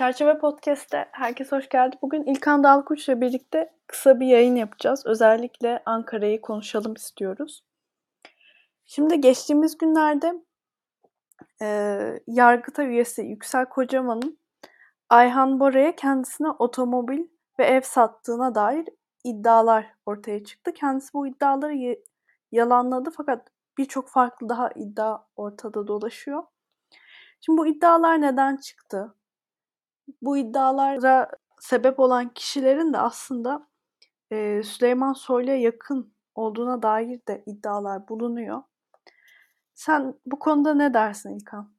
Çerçeve Podcast'te herkes hoş geldi. Bugün İlkan Dalkuç'la birlikte kısa bir yayın yapacağız. Özellikle Ankara'yı konuşalım istiyoruz. Şimdi geçtiğimiz günlerde Yargıtay üyesi Yüksel Kocaman'ın Ayhan Bora'ya kendisine otomobil ve ev sattığına dair iddialar ortaya çıktı. Kendisi bu iddiaları yalanladı fakat birçok farklı daha iddia ortada dolaşıyor. Şimdi bu iddialar neden çıktı? Bu iddialara sebep olan kişilerin de aslında Süleyman Soylu'ya yakın olduğuna dair de iddialar bulunuyor. Sen bu konuda ne dersin İlkan?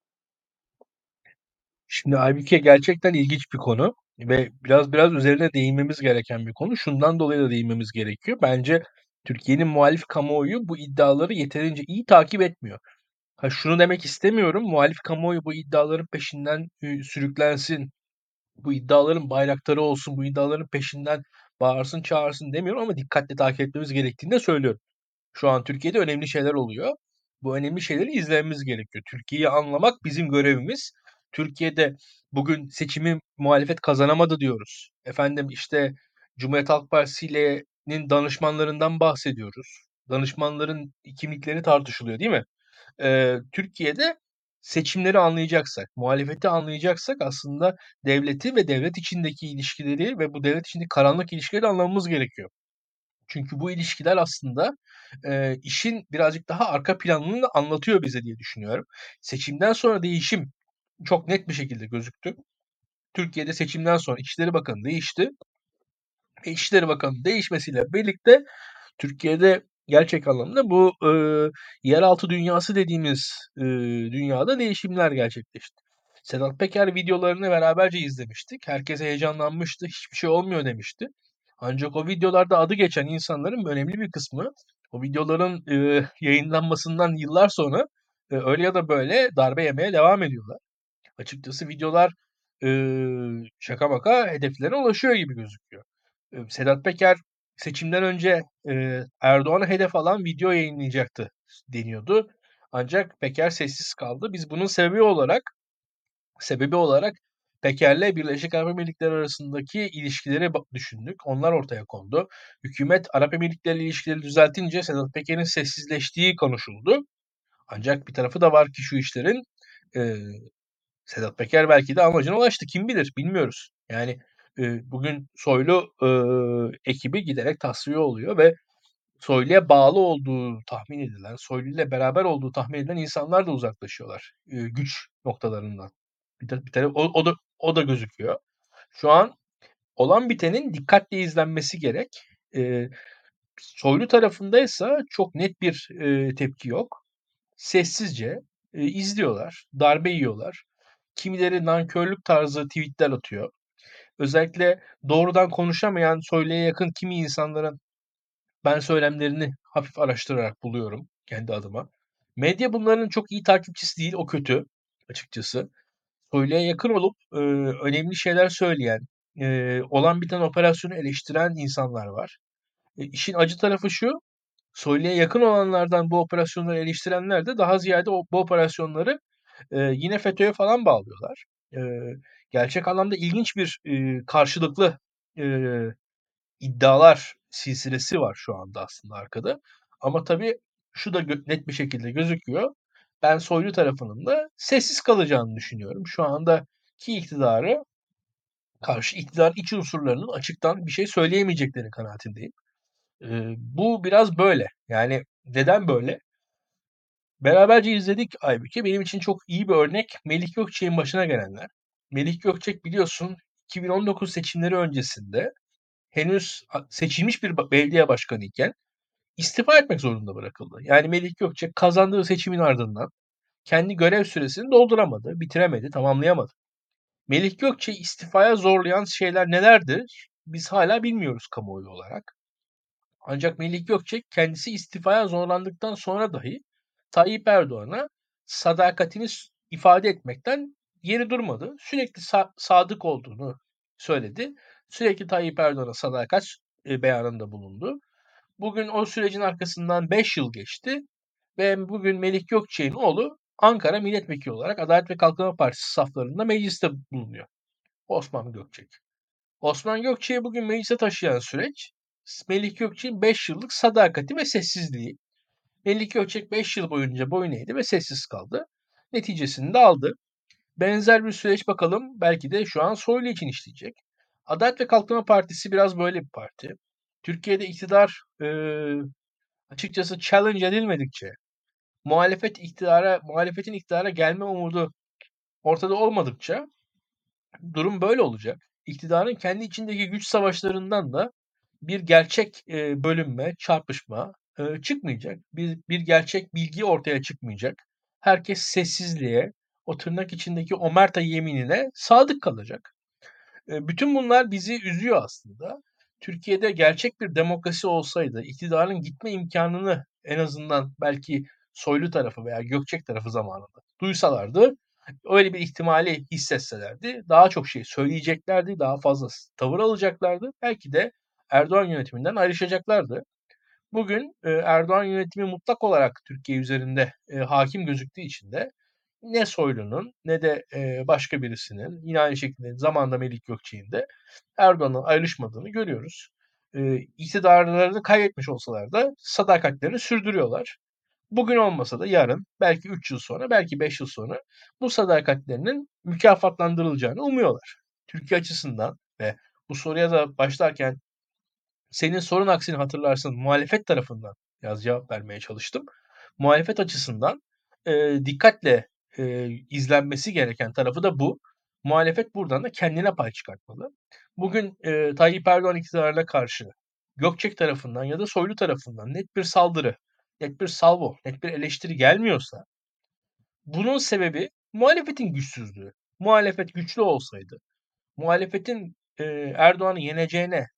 Şimdi Aybüke gerçekten ilginç bir konu ve biraz üzerine değinmemiz gereken bir konu. Şundan dolayı da değinmemiz gerekiyor. Bence Türkiye'nin muhalif kamuoyu bu iddiaları yeterince iyi takip etmiyor. Ha şunu demek istemiyorum. Muhalif kamuoyu bu iddiaların peşinden sürüklensin. Bu iddiaların bayraktarı olsun. Bu iddiaların peşinden bağırsın, çağırsın demiyorum ama dikkatli takip etmemiz gerektiğini de söylüyorum. Şu an Türkiye'de önemli şeyler oluyor. Bu önemli şeyleri izlememiz gerekiyor. Türkiye'yi anlamak bizim görevimiz. Türkiye'de bugün seçimi muhalefet kazanamadı diyoruz. Efendim işte Cumhuriyet Halk Partisi'nin danışmanlarından bahsediyoruz. Danışmanların kimlikleri tartışılıyor değil mi? Türkiye'de seçimleri anlayacaksak, muhalefeti anlayacaksak aslında devleti ve devlet içindeki ilişkileri ve bu devlet içindeki karanlık ilişkileri anlamamız gerekiyor. Çünkü bu ilişkiler aslında, işin birazcık daha arka planını da anlatıyor bize diye düşünüyorum. Seçimden sonra değişim çok net bir şekilde gözüktü. Türkiye'de seçimden sonra İçişleri Bakanı değişti ve İçişleri Bakanı değişmesiyle birlikte Türkiye'de gerçek anlamda bu, yeraltı dünyası dediğimiz, dünyada değişimler gerçekleşti. Sedat Peker videolarını beraberce izlemiştik. Herkes heyecanlanmıştı. Hiçbir şey olmuyor demişti. Ancak o videolarda adı geçen insanların önemli bir kısmı o videoların, yayınlanmasından yıllar sonra, öyle ya da böyle darbe yemeye devam ediyorlar. Açıkçası videolar, şaka maka hedeflerine ulaşıyor gibi gözüküyor. Sedat Peker seçimden önce, Erdoğan'a hedef alan video yayınlayacaktı deniyordu. Ancak Peker sessiz kaldı. Biz bunun sebebi olarak Peker'le Birleşik Arap Emirlikleri arasındaki ilişkileri düşündük. Onlar ortaya kondu. Hükümet Arap Emirlikleri ile ilişkileri düzeltince Sedat Peker'in sessizleştiği konuşuldu. Ancak bir tarafı da var ki şu işlerin, eee, Sedat Peker belki de amacına ulaştı. Kim bilir? Bilmiyoruz. Yani bugün Soylu ekibi giderek tasfiye oluyor ve Soylu'ya bağlı olduğu tahmin edilen, Soylu ile beraber olduğu tahmin edilen insanlar da uzaklaşıyorlar güç noktalarından. Bir tane o da gözüküyor. Şu an olan bitenin dikkatle izlenmesi gerek. E, Soylu tarafındaysa çok net bir tepki yok. Sessizce izliyorlar, darbe yiyorlar. Kimileri nankörlük tarzı tweetler atıyor. Özellikle doğrudan konuşamayan Soylu'ya yakın kimi insanların ben söylemlerini hafif araştırarak buluyorum kendi adıma. Medya bunların çok iyi takipçisi değil, o kötü açıkçası. Soylu'ya yakın olup önemli şeyler söyleyen, olan biten operasyonu eleştiren insanlar var. İşin acı tarafı şu, Soylu'ya yakın olanlardan bu operasyonları eleştirenler de daha ziyade bu operasyonları yine FETÖ'ye falan bağlıyorlar. Gerçek anlamda ilginç bir karşılıklı eee, iddialar silsilesi var şu anda aslında arkada. Ama tabii şu da net bir şekilde gözüküyor. Ben Soylu tarafının da sessiz kalacağını düşünüyorum. Şu andaki iktidara karşı iktidar iç unsurlarının açıktan bir şey söyleyemeyecekleri kanaatindeyim. Bu biraz böyle. Yani neden böyle? Beraberce izledik Aybüke. Benim için çok iyi bir örnek Melih Gökçek'in başına gelenler. Melih Gökçek biliyorsun 2019 seçimleri öncesinde henüz seçilmiş bir belediye başkanı iken istifa etmek zorunda bırakıldı. Yani Melih Gökçek kazandığı seçimin ardından kendi görev süresini dolduramadı, bitiremedi, tamamlayamadı. Melih Gökçek'i istifaya zorlayan şeyler nelerdir? Biz hala bilmiyoruz kamuoyu olarak. Ancak Melih Gökçek kendisi istifaya zorlandıktan sonra dahi Tayyip Erdoğan'a sadakatini ifade etmekten geri durmadı. Sürekli sadık olduğunu söyledi. Sürekli Tayyip Erdoğan'a sadakat beyanında bulundu. Bugün o sürecin arkasından 5 yıl geçti ve bugün Melih Gökçek'in oğlu Ankara milletvekili olarak Adalet ve Kalkınma Partisi saflarında mecliste bulunuyor. Osman Gökçek. Osman Gökçek'i bugün meclise taşıyan süreç, Melih Gökçek'in 5 yıllık sadakati ve sessizliği. Melih Gökçek 5 yıl boyunca boyun eğdi ve sessiz kaldı. Neticesini de aldı. Benzer bir süreç bakalım belki de şu an Soylu için işleyecek. Adalet ve Kalkınma Partisi biraz böyle bir parti. Türkiye'de iktidar açıkçası challenge edilmedikçe, muhalefetin iktidara gelme umudu ortada olmadıkça durum böyle olacak. İktidarın kendi içindeki güç savaşlarından da bir gerçek bölünme, çarpışma çıkmayacak. Bir gerçek bilgi ortaya çıkmayacak. Herkes sessizliğe, o tırnak içindeki omerta yeminine sadık kalacak. Bütün bunlar bizi üzüyor aslında. Türkiye'de gerçek bir demokrasi olsaydı, iktidarın gitme imkanını en azından belki Soylu tarafı veya Gökçek tarafı zamanında duysalardı, öyle bir ihtimali hissetselerdi, daha çok şey söyleyeceklerdi, daha fazla tavır alacaklardı. Belki de Erdoğan yönetiminden ayrışacaklardı. Bugün Erdoğan yönetimi mutlak olarak Türkiye üzerinde hakim gözüktüğü için de ne Soylu'nun ne de başka birisinin yine aynı şekilde zamanında Melih Gökçek'in de Erdoğan'la ayrışmadığını görüyoruz. İktidarlarını kaybetmiş olsalar da sadakatlerini sürdürüyorlar. Bugün olmasa da yarın, belki 3 yıl sonra, belki 5 yıl sonra bu sadakatlerinin mükafatlandırılacağını umuyorlar. Türkiye açısından ve bu soruya da başlarken senin sorun aksini hatırlarsın muhalefet tarafından biraz cevap vermeye çalıştım. Muhalefet açısından dikkatle izlenmesi gereken tarafı da bu. Muhalefet buradan da kendine pay çıkartmalı. Bugün Tayyip Erdoğan iktidarına karşı Gökçek tarafından ya da Soylu tarafından net bir saldırı, net bir salvo, net bir eleştiri gelmiyorsa bunun sebebi muhalefetin güçsüzlüğü. Muhalefet güçlü olsaydı, muhalefetin Erdoğan'ı yeneceğine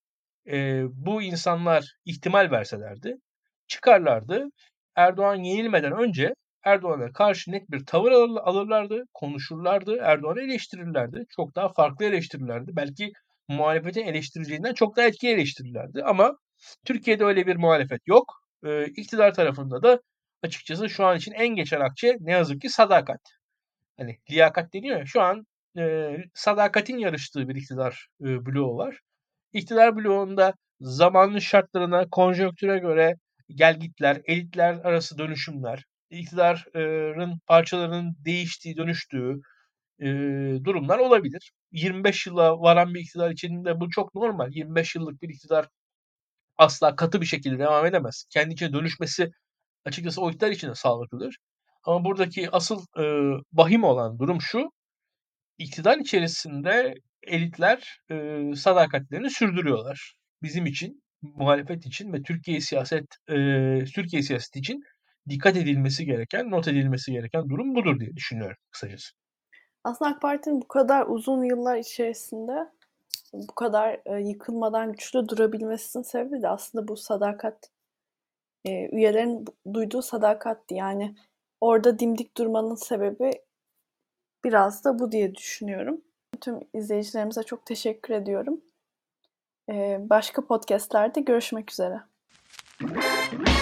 bu insanlar ihtimal verselerdi çıkarlardı. Erdoğan yenilmeden önce Erdoğan'a karşı net bir tavır alırlardı, konuşurlardı, Erdoğan'ı eleştirirlerdi. Çok daha farklı eleştirirlerdi. Belki muhalefetin eleştireceğinden çok daha etkili eleştirirlerdi. Ama Türkiye'de öyle bir muhalefet yok. İktidar tarafında da açıkçası şu an için en geçer akçe ne yazık ki sadakat. Hani liyakat deniyor ya şu an sadakatin yarıştığı bir iktidar bloğu var. İktidar bloğunda zamanın şartlarına, konjonktüre göre gelgitler, elitler arası dönüşümler, iktidarın parçalarının değiştiği, dönüştüğü durumlar olabilir. 25 yıla varan bir iktidar için de bu çok normal. 25 yıllık bir iktidar asla katı bir şekilde devam edemez. Kendi içine dönüşmesi açıkçası o iktidar için de sağlıklıdır. Ama buradaki asıl vahim olan durum şu: İktidar içerisinde elitler sadakatlerini sürdürüyorlar. Bizim için, muhalefet için ve Türkiye siyaseti için dikkat edilmesi gereken, not edilmesi gereken durum budur diye düşünüyorum kısacası. Aslında AK Parti'nin bu kadar uzun yıllar içerisinde bu kadar yıkılmadan güçlü durabilmesinin sebebi de aslında bu sadakat, üyelerin duyduğu sadakatti. Yani orada dimdik durmanın sebebi biraz da bu diye düşünüyorum. Tüm izleyicilerimize çok teşekkür ediyorum. Başka podcastlerde görüşmek üzere.